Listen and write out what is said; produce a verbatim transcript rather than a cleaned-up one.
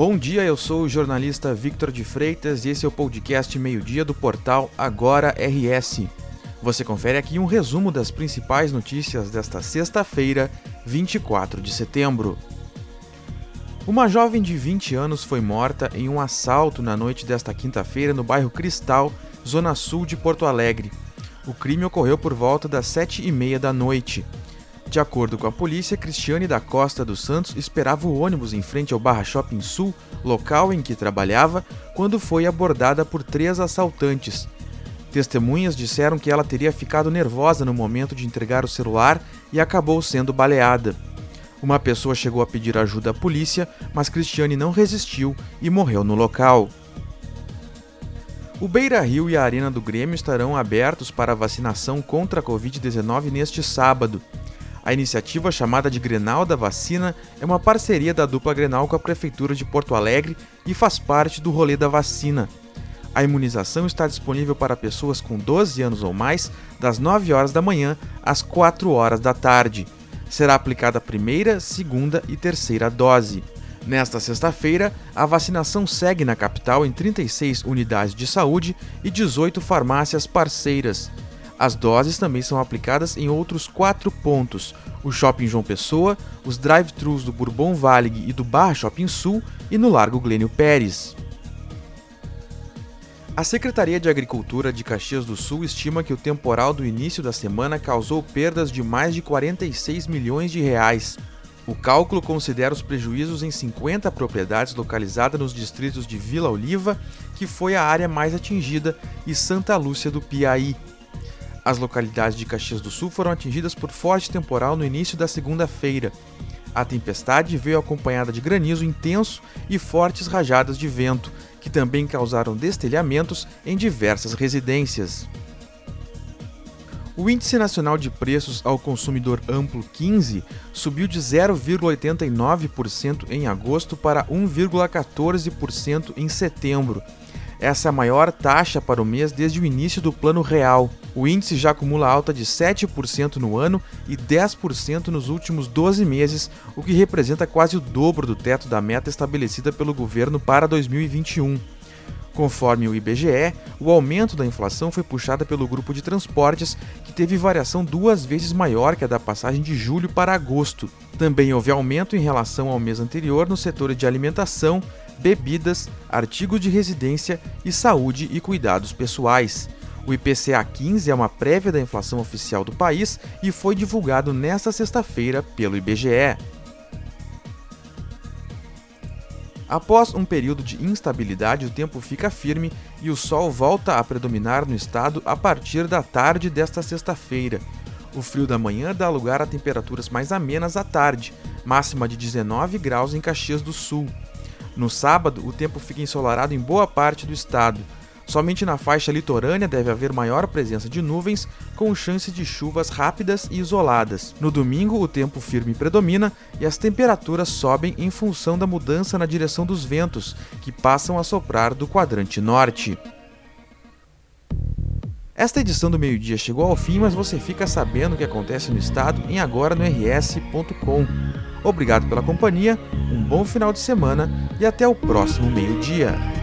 Bom dia, eu sou o jornalista Victor de Freitas e esse é o podcast Meio-Dia do portal Agora R S. Você confere aqui um resumo das principais notícias desta sexta-feira, vinte e quatro de setembro. Uma jovem de vinte anos foi morta em um assalto na noite desta quinta-feira no bairro Cristal, zona sul de Porto Alegre. O crime ocorreu por volta das sete e meia da noite. De acordo com a polícia, Cristiane da Costa dos Santos esperava o ônibus em frente ao Barra Shopping Sul, local em que trabalhava, quando foi abordada por três assaltantes. Testemunhas disseram que ela teria ficado nervosa no momento de entregar o celular e acabou sendo baleada. Uma pessoa chegou a pedir ajuda à polícia, mas Cristiane não resistiu e morreu no local. O Beira-Rio e a Arena do Grêmio estarão abertos para a vacinação contra a covid dezenove neste sábado. A iniciativa, chamada de Grenal da Vacina, é uma parceria da dupla Grenal com a Prefeitura de Porto Alegre e faz parte do Rolê da Vacina. A imunização está disponível para pessoas com doze anos ou mais, das nove horas da manhã às quatro horas da tarde. Será aplicada a primeira, segunda e terceira dose. Nesta sexta-feira, a vacinação segue na capital em trinta e seis unidades de saúde e dezoito farmácias parceiras. As doses também são aplicadas em outros quatro pontos: o Shopping João Pessoa, os drive-thrus do Bourbon Valig e do Barra Shopping Sul e no Largo Glênio Pérez. A Secretaria de Agricultura de Caxias do Sul estima que o temporal do início da semana causou perdas de mais de quarenta e seis milhões de reais. O cálculo considera os prejuízos em cinquenta propriedades localizadas nos distritos de Vila Oliva, que foi a área mais atingida, e Santa Lúcia do Piaí. As localidades de Caxias do Sul foram atingidas por forte temporal no início da segunda-feira. A tempestade veio acompanhada de granizo intenso e fortes rajadas de vento, que também causaram destelhamentos em diversas residências. O Índice Nacional de Preços ao Consumidor Amplo quinze subiu de zero vírgula oitenta e nove por cento em agosto para um vírgula quatorze por cento em setembro. Essa é a maior taxa para o mês desde o início do Plano Real. O índice já acumula alta de sete por cento no ano e dez por cento nos últimos doze meses, o que representa quase o dobro do teto da meta estabelecida pelo governo para dois mil e vinte e um. Conforme o I B G E, o aumento da inflação foi puxada pelo grupo de transportes, que teve variação duas vezes maior que a da passagem de julho para agosto. Também houve aumento em relação ao mês anterior no setor de alimentação, bebidas, artigos de residência e saúde e cuidados pessoais. O I P C A quinze é uma prévia da inflação oficial do país e foi divulgado nesta sexta-feira pelo I B G E. Após um período de instabilidade, o tempo fica firme e o sol volta a predominar no estado a partir da tarde desta sexta-feira. O frio da manhã dá lugar a temperaturas mais amenas à tarde, máxima de dezenove graus em Caxias do Sul. No sábado, o tempo fica ensolarado em boa parte do estado. Somente na faixa litorânea deve haver maior presença de nuvens, com chance de chuvas rápidas e isoladas. No domingo, o tempo firme predomina e as temperaturas sobem em função da mudança na direção dos ventos, que passam a soprar do quadrante norte. Esta edição do Meio-Dia chegou ao fim, mas você fica sabendo o que acontece no estado em agora no r s ponto com. Obrigado pela companhia, um bom final de semana e até o próximo meio-dia.